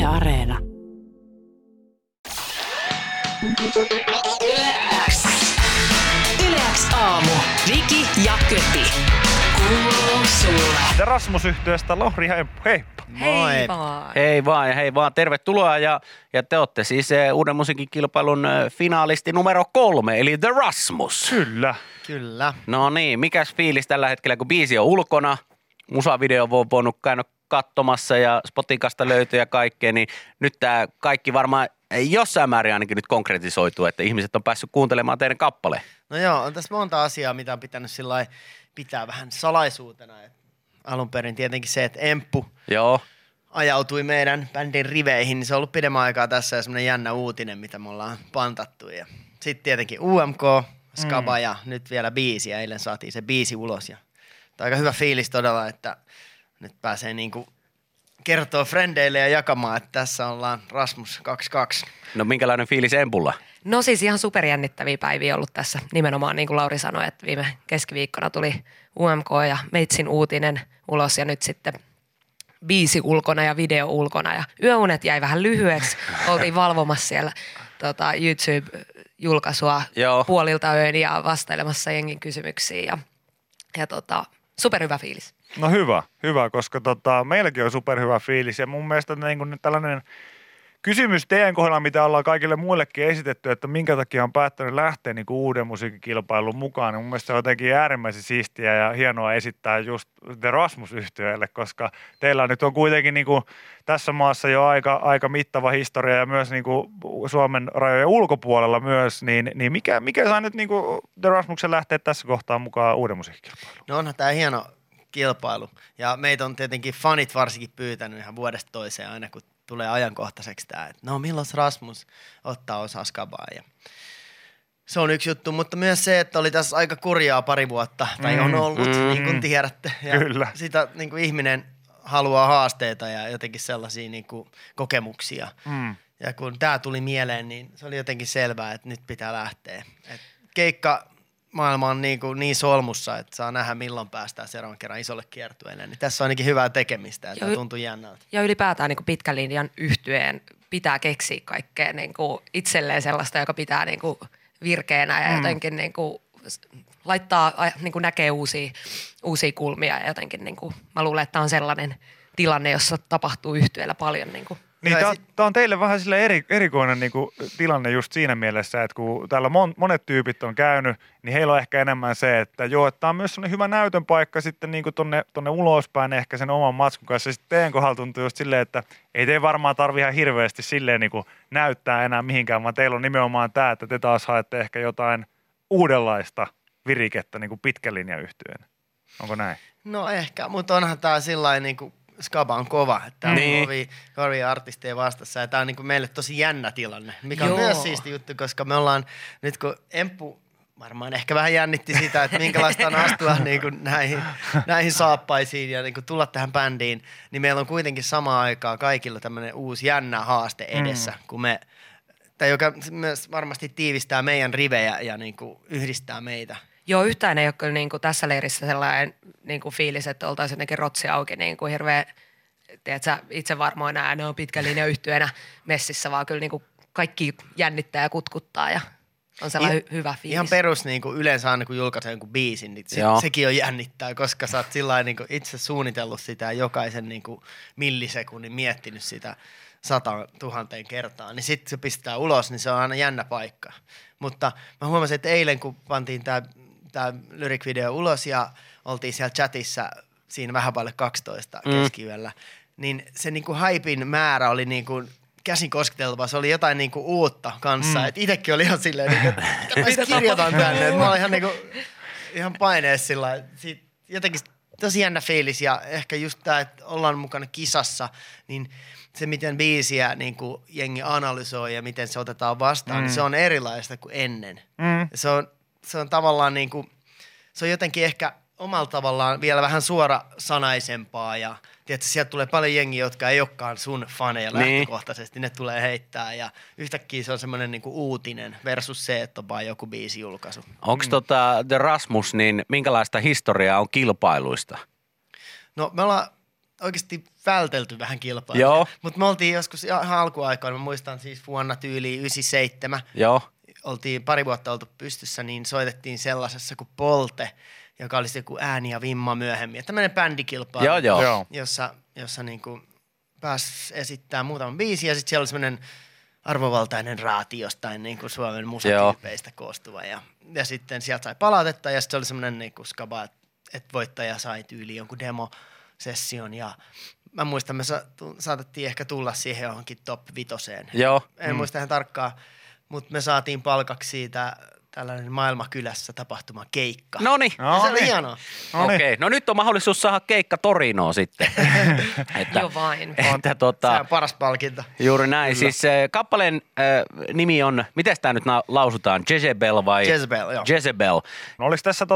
Yle Areena. Yle X aamu. Viki ja Köpi. Kuuluu sulle. The Rasmus-yhtyeestä Lohri, heippa. Hei vaan. Hei vaan, tervetuloa ja te olette siis uuden musiikkikilpailun finaalisti numero 3, eli The Rasmus. Kyllä. No niin, mikäs fiilis tällä hetkellä, kun biisi on ulkona, musavideo on voinut käydä katsomassa ja Spotikasta löytyy ja kaikkea, niin nyt tämä kaikki varmaan jossain määrin ainakin nyt konkretisoituu, että ihmiset on päässyt kuuntelemaan teidän kappaleen. No joo, on tässä monta asiaa, mitä on pitänyt sillai pitää vähän salaisuutena. Alun perin tietenkin se, että Emppu ajautui meidän bändin riveihin, niin se on ollut pidemmän aikaa tässä ja semmoinen jännä uutinen, mitä me ollaan pantattu. Ja sitten tietenkin UMK, Skaba ja nyt vielä biisi ja eilen saatiin se biisi ulos. Ja aika hyvä fiilis todella, että nyt pääsee niinku kertoo frendeille ja jakamaan, että tässä ollaan Rasmus 22. No minkälainen fiilis Empulla? No siis ihan superjännittäviä päiviä ollut tässä. Nimenomaan niin kuin Lauri sanoi, että viime keskiviikkona tuli UMK ja Meitsin uutinen ulos ja nyt sitten biisi ulkona ja video ulkona. Ja yöunet jäi vähän lyhyeksi. Oltiin valvomassa siellä YouTube-julkaisua puolilta öin ja vastailemassa jengin kysymyksiin ja superhyvä fiilis. No hyvä, koska meilläkin on superhyvä fiilis ja mun mielestä niin kuin tällainen kysymys teidän kohdalla, mitä ollaan kaikille muillekin esitetty, että minkä takia on päättänyt lähteä niin kuin uuden musiikkikilpailun mukaan, niin mun mielestä se on jotenkin äärimmäisen siistiä ja hienoa esittää just The Rasmus-yhtyeelle, koska teillä nyt on kuitenkin niin kuin tässä maassa jo aika mittava historia ja myös niin kuin Suomen rajojen ulkopuolella myös, niin mikä saa nyt niin kuin The Rasmuksen lähteä tässä kohtaa mukaan uuden musiikkikilpailuun? No onhan tämä hieno kilpailu ja meitä on tietenkin fanit varsinkin pyytänyt ihan vuodesta toiseen aina, kun tulee ajankohtaiseksi tämä, että no milloin Rasmus ottaa osaa Skabaan ja se on yksi juttu, mutta myös se, että oli tässä aika kurjaa pari vuotta, tai on ollut, niin kuin tiedätte. Ja kyllä. Sitä niin kuin ihminen haluaa haasteita ja jotenkin sellaisia niin kuin kokemuksia. Ja kun tämä tuli mieleen, niin se oli jotenkin selvää, että nyt pitää lähteä. Et maailma on niin solmussa, että saa nähdä milloin päästään seuraavan kerran isolle kiertueelle. Niin tässä on ainakin hyvää tekemistä ja tämä tuntuu jännältä. Ja ylipäätään niin kuin pitkän linjan yhtyeen pitää keksiä kaikkea niin kuin itselleen sellaista, joka pitää niin kuin virkeänä ja jotenkin niin kuin laittaa, niin kuin näkee uusia kulmia ja jotenkin niin kuin, mä luulen, että tämä on sellainen tilanne, jossa tapahtuu yhtyeellä paljon niin kuin. Niin, tämä on teille vähän sille erikoinen niin kuin tilanne just siinä mielessä, että kun täällä monet tyypit on käynyt, niin heillä on ehkä enemmän se, että tämä on myös sellainen hyvä näytön paikka sitten niin kuin tonne ulospäin ehkä sen oman matskun kanssa. Sitten teidän kohdalla tuntuu just silleen, että ei te varmaan tarvitse ihan hirveästi silleen niin kuin näyttää enää mihinkään, vaan teillä on nimenomaan tämä, että te taas haette ehkä jotain uudenlaista virikettä niin kuin pitkän linjan yhtyeen. Onko näin? No ehkä, mutta onhan tämä sillain niin kuin Skaba on kova, että täällä on kovia artisteja vastassa ja tämä on niin kuin meille tosi jännä tilanne, mikä on myös siisti juttu, koska me ollaan nyt kun Emppu varmaan ehkä vähän jännitti sitä, että minkälaista on astua niin kuin näihin saappaisiin ja niin kuin tulla tähän bändiin, niin meillä on kuitenkin samaan aikaan kaikilla tämmöinen uusi jännä haaste edessä, tai joka myös varmasti tiivistää meidän rivejä ja niin kuin yhdistää meitä. Joo, yhtään ei ole kyllä niin kuin tässä leirissä sellainen niin kuin fiilis, että oltaisiin jotenkin rotsi auki niin kuin hirveä, tiedätkö, itsevarmoina ne on pitkän linjan yhtyeenä messissä, vaan kyllä niin kuin kaikki jännittää ja kutkuttaa ja on sellainen hyvä fiilis. Ihan perus niin kuin yleensä aina kun julkaisee jonkun biisin, niin sekin on jännittää, koska sä oot sillain niin kuin itse suunnitellut sitä jokaisen niin kuin millisekunnin miettinyt sitä 100 000 kertaa, niin sitten se pistää ulos, niin se on aina jännä paikka. Mutta mä huomasin, että eilen kun pantiin tämä lyric-video ulos ja oltiin siellä chatissa siinä vähän paljon 12 keskiyöllä, niin se niinku haipin määrä oli niinku käsin kosketeltavaa. Se oli jotain niinku uutta kanssa. Et itekin oli ihan silleen, että mitä kirjoitan tänne. Et mä olin ihan, niinku, ihan paineessa sillä jotenkin tosi jännä fiilis ja ehkä just tämä, että ollaan mukana kisassa, niin se miten biisiä niinku jengi analysoi ja miten se otetaan vastaan, niin se on erilaista kuin ennen. Se on tavallaan niinku, se on jotenkin ehkä omalla tavallaan vielä vähän suorasanaisempaa ja tiedätkö, sieltä tulee paljon jengiä, jotka ei olekaan sun faneja lähtökohtaisesti, ne tulee heittää ja yhtäkkiä se on semmoinen niinku uutinen versus se, että on vaan joku biisi julkaisu. Onko The Rasmus, niin minkälaista historiaa on kilpailuista? No me ollaan oikeasti vältelty vähän kilpailua. Joo. Mutta me oltiin joskus ihan alkuaikoina, mä muistan siis vuonna tyyliin 97, Joo. oltiin pari vuotta oltu pystyssä, niin soitettiin sellaisessa kuin Polte, joka oli joku Ääni ja Vimma myöhemmin. Tämmöinen bändikilpailu, Joo. jossa niinku pääsi esittämään muutaman biisin ja sitten siellä oli semmoinen arvovaltainen raati jostain niinku Suomen musatyypeistä koostuva. Ja sitten sieltä sai palautetta ja sitten se oli semmoinen niinku skaba, että voittaja sai tyyliin jonkun demosession ja mä muistan, me saatettiin ehkä tulla siihen johonkin top 5. Joo. En muista ihan tarkkaan, mutta me saatiin palkaksi siitä tällainen Maailmakylässä tapahtuma keikka. Noniin. Ja se oli hienoa. Okei, no nyt on mahdollisuus saada keikka Torinoon sitten. Jo vain. Että Se on paras palkinto. juuri näin. Kyllä. Siis kappaleen nimi on, miten tämä nyt lausutaan, Jezebel vai? Jezebel, joo. Jezebel. No oliko tässä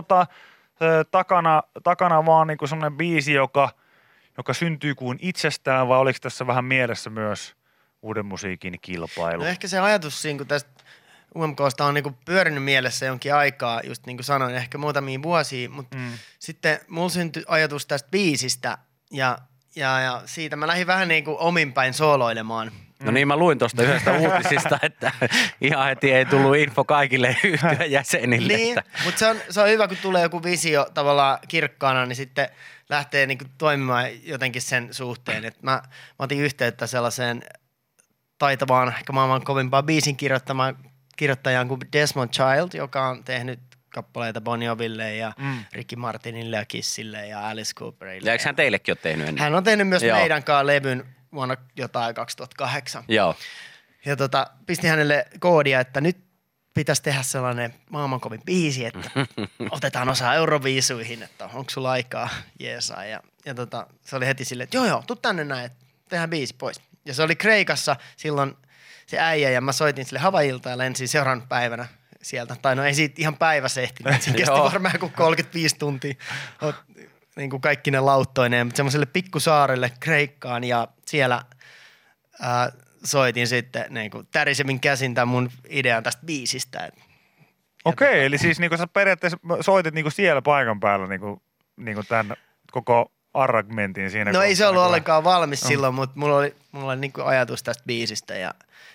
takana vaan niinku semmoinen biisi, joka syntyy kuin itsestään, vai oliko tässä vähän mielessä myös uuden musiikin kilpailu? No ehkä se ajatus siinä, kun tästä UMKsta on niinku pyörinyt mielessä jonkin aikaa, just niin kuin sanoin, ehkä muutamia vuosia, mutta sitten mulla syntyi ajatus tästä biisistä ja siitä mä lähdin vähän niin kuin ominpäin sooloilemaan. No niin, mä luin tuosta yhdestä uutisista, että ihan heti ei tullut info kaikille yhtyön jäsenille. Niin, mutta se on hyvä, kun tulee joku visio tavallaan kirkkaana, niin sitten lähtee niinku toimimaan jotenkin sen suhteen. Et mä otin yhteyttä sellaiseen taitavaan, ehkä maailman kovimpaan biisin kirjoittajaan kuin Desmond Child, joka on tehnyt kappaleita Bon Joville ja Ricky Martinille ja Kissille ja Alice Cooperille. Ja eikö hän teillekin ole tehnyt ennen? Hän on tehnyt myös Joo. meidän kanssa levyn vuonna jotain 2008. Joo. Ja pisti hänelle koodia, että nyt pitäisi tehdä sellainen maailmankovin biisi, että otetaan osaa Euroviisuihin, että onko sulla aikaa jeesaa. Ja se oli heti silleen, että joo, tuu tänne näin, että tehdään biisi pois. Ja se oli Kreikassa silloin se äijä ja mä soitin sille Havailta ja lensin seuraavan päivänä sieltä. Tai no ei siitä ihan päivässä ehtinyt, se kesti varmaan joku 35 tuntia. Niin kuin kaikki ne lauttoineen, mutta semmoiselle pikkusaarelle Kreikkaan ja siellä soitin sitten niin kuin tärisemmin käsin tämän mun idean tästä biisistä. Okei, eli siis niinku sä periaatteessa soitit niinku siellä paikan päällä niinku tämän koko arrangmentin siinä. No ei se ollut ollenkaan valmis silloin, mutta mulla oli niinku ajatus tästä biisistä ja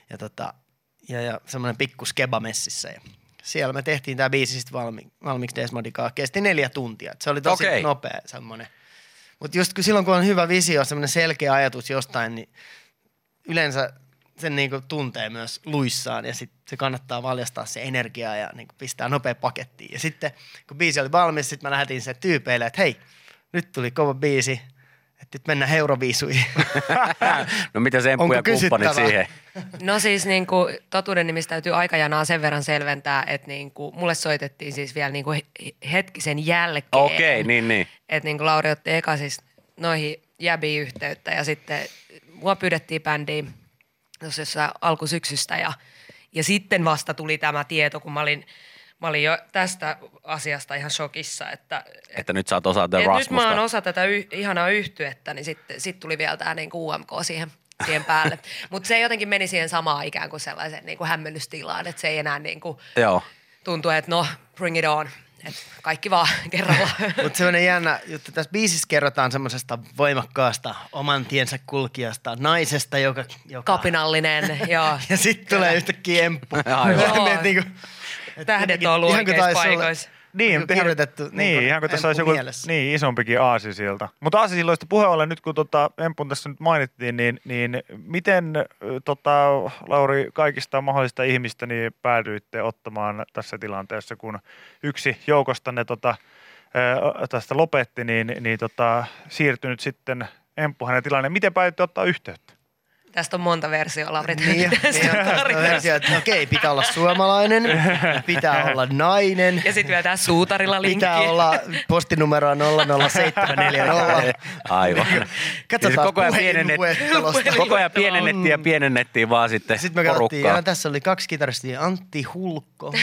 semmoinen pikku skeba messissä ja siellä me tehtiin tämä biisi sitten valmiiksi Desmondikaa. Kesti 4 tuntia. Se oli tosi nopea semmoinen. Mutta just silloin, kun on hyvä visio, semmoinen selkeä ajatus jostain, niin yleensä sen niinku tuntee myös luissaan ja sitten se kannattaa valjastaa se energiaa ja niinku pistää nopea pakettiin. Ja sitten kun biisi oli valmis, sitten mä lähetin sen tyypeille, että hei, nyt tuli kova biisi, että nyt mennään Euroviisuihin. No mitä se Emppu ja kumppanit siihen? No siis niin kuin totuuden nimissä täytyy aikajanaa sen verran selventää, että niin kuin mulle soitettiin siis vielä niin kuin hetkisen jälkeen. Okei, niin. Että niin kuin Lauri otti eka siis noihin jäbiin yhteyttä ja sitten mua pyydettiin bändiin jossain alkusyksystä ja sitten vasta tuli tämä tieto, kun mä olin jo tästä asiasta ihan shokissa, että nyt sä oot osa The Rasmusta. Nyt mä oon osa tätä ihanaa yhtyettä, niin sitten tuli vielä tämä niin kuin UMK siihen päälle. Mutta se jotenkin meni siihen samaan ikään kuin sellaisen niin kuin hämmennystilaan, että se ei enää niin kuin tuntuu, että no, bring it on. Että kaikki vaan kerralla. Mutta semmoinen jännä juttu. Tässä biisissä kerrotaan semmoisesta voimakkaasta oman tiensä kulkijasta, naisesta, joka kapinallinen, joo. Ja sitten tulee yhtäkkiä Emppu. Joo. Tähdet on ollut oikeissa paikoissa. Niin, kirjoitettu ihan kuin tässä olisi joku isompikin aasisilta. Mutta aasisilloista puheen ollen nyt, kun Empun tässä nyt mainittiin, niin miten Lauri kaikista mahdollisista ihmistä niin päädyitte ottamaan tässä tilanteessa, kun yksi joukostanne tästä lopetti, niin siirtynyt sitten Emppu hänen tilanne. Miten päädyitte ottaa yhteyttä? Tästä on monta versiota, Lauri. Niin, että okei, pitää olla suomalainen, pitää olla nainen. Ja sitten vielä tää suutarilla linkki. Pitää olla postinumeroa 00740. Aivan. Katsotaan koko ajan pienennettiin vaan sitten me porukkaa. Tässä oli 2 kitaristia, Antti Hulkko,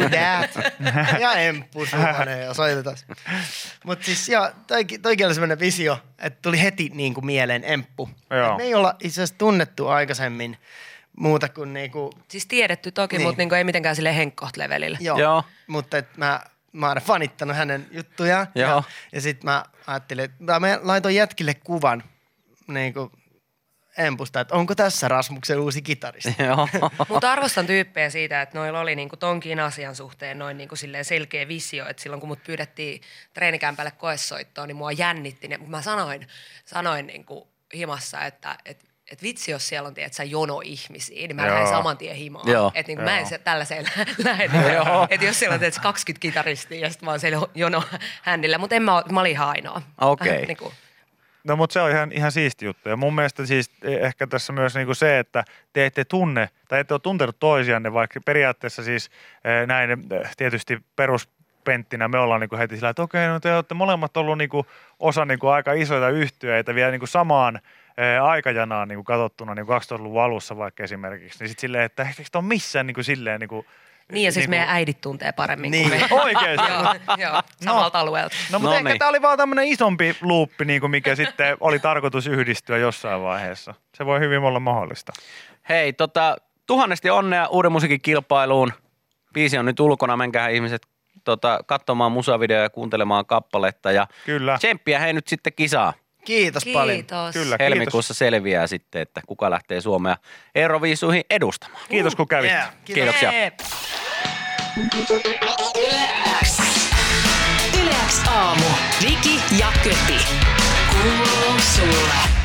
ja Emppu Suhonen ja soitetaan. Mutta siis toikin oli semmoinen visio, että tuli heti niin kuin mieleen Emppu. Me ei olla itse asiassa tunnettu aikaisemmin muuta kuin niinku. Siis tiedetty toki, niin. Mutta niinku ei mitenkään sille henkkoht-levelillä. Joo. Mutta mä mä oon fanittanut hänen juttujaan. Joo. Ja sit mä ajattelin, että mä laitoin jätkille kuvan niinku empusta, että onko tässä Rasmuksen uusi kitaristi. Joo. Mutta arvostan tyyppejä siitä, että noilla oli niinku tonkin asian suhteen noin niinku silleen selkeä visio, että silloin kun mut pyydettiin treenikämpälle koesoittoon, niin mua jännitti. Mä sanoin niinku himassa, että vitsi, jos siellä on tiedätkö, jono ihmisiä, niin mä lähden saman tien himaan. Että niin mä en tällaiseen lähde. Että jos siellä on tiedätkö, 20 kitaristia ja sitten mä oon siellä jono händillä, mutta mä olin ihan ainoa. Okei. Niinku. No mutta se on ihan siisti juttu. Ja mun mielestä siis ehkä tässä myös niinku se, että te ette tunne tai ette ole tuntenut toisianne, vaikka periaatteessa siis näin tietysti peruspenttinä me ollaan niinku heti sillä, että okei, no te olette molemmat ollut niinku osa niinku aika isoita yhtyeitä vielä niinku samaan aikajanaan niinku katsottuna niinku 2000-luvun alussa vaikka esimerkiksi. Niin sitten silleen, että ehkä sitä on missään niinku silleen niinku Niin ja siis niinku, meidän äidit tuntee paremmin kuin me. Oikeesti. Joo, samalta alueelta. No mutta ehkä niin. tämä oli vaan tämmöinen isompi luuppi, niinku, mikä sitten oli tarkoitus yhdistyä jossain vaiheessa. Se voi hyvin olla mahdollista. Hei, tuhannesti onnea uuden musiikin kilpailuun. Biisi on nyt ulkona, menkää ihmiset katsomaan musavideoja ja kuuntelemaan kappaletta. Ja Kyllä. tsemppiä hei nyt sitten kisaa. Kiitos paljon. Kiitos. Kyllä, Helmikuussa selviää sitten, että kuka lähtee Suomea Euroviisuihin edustamaan. Kiitos kun kävit. Yeah, Kiitoksia. Yle X aamu. Viki ja Köpi. Kuuluu sulle.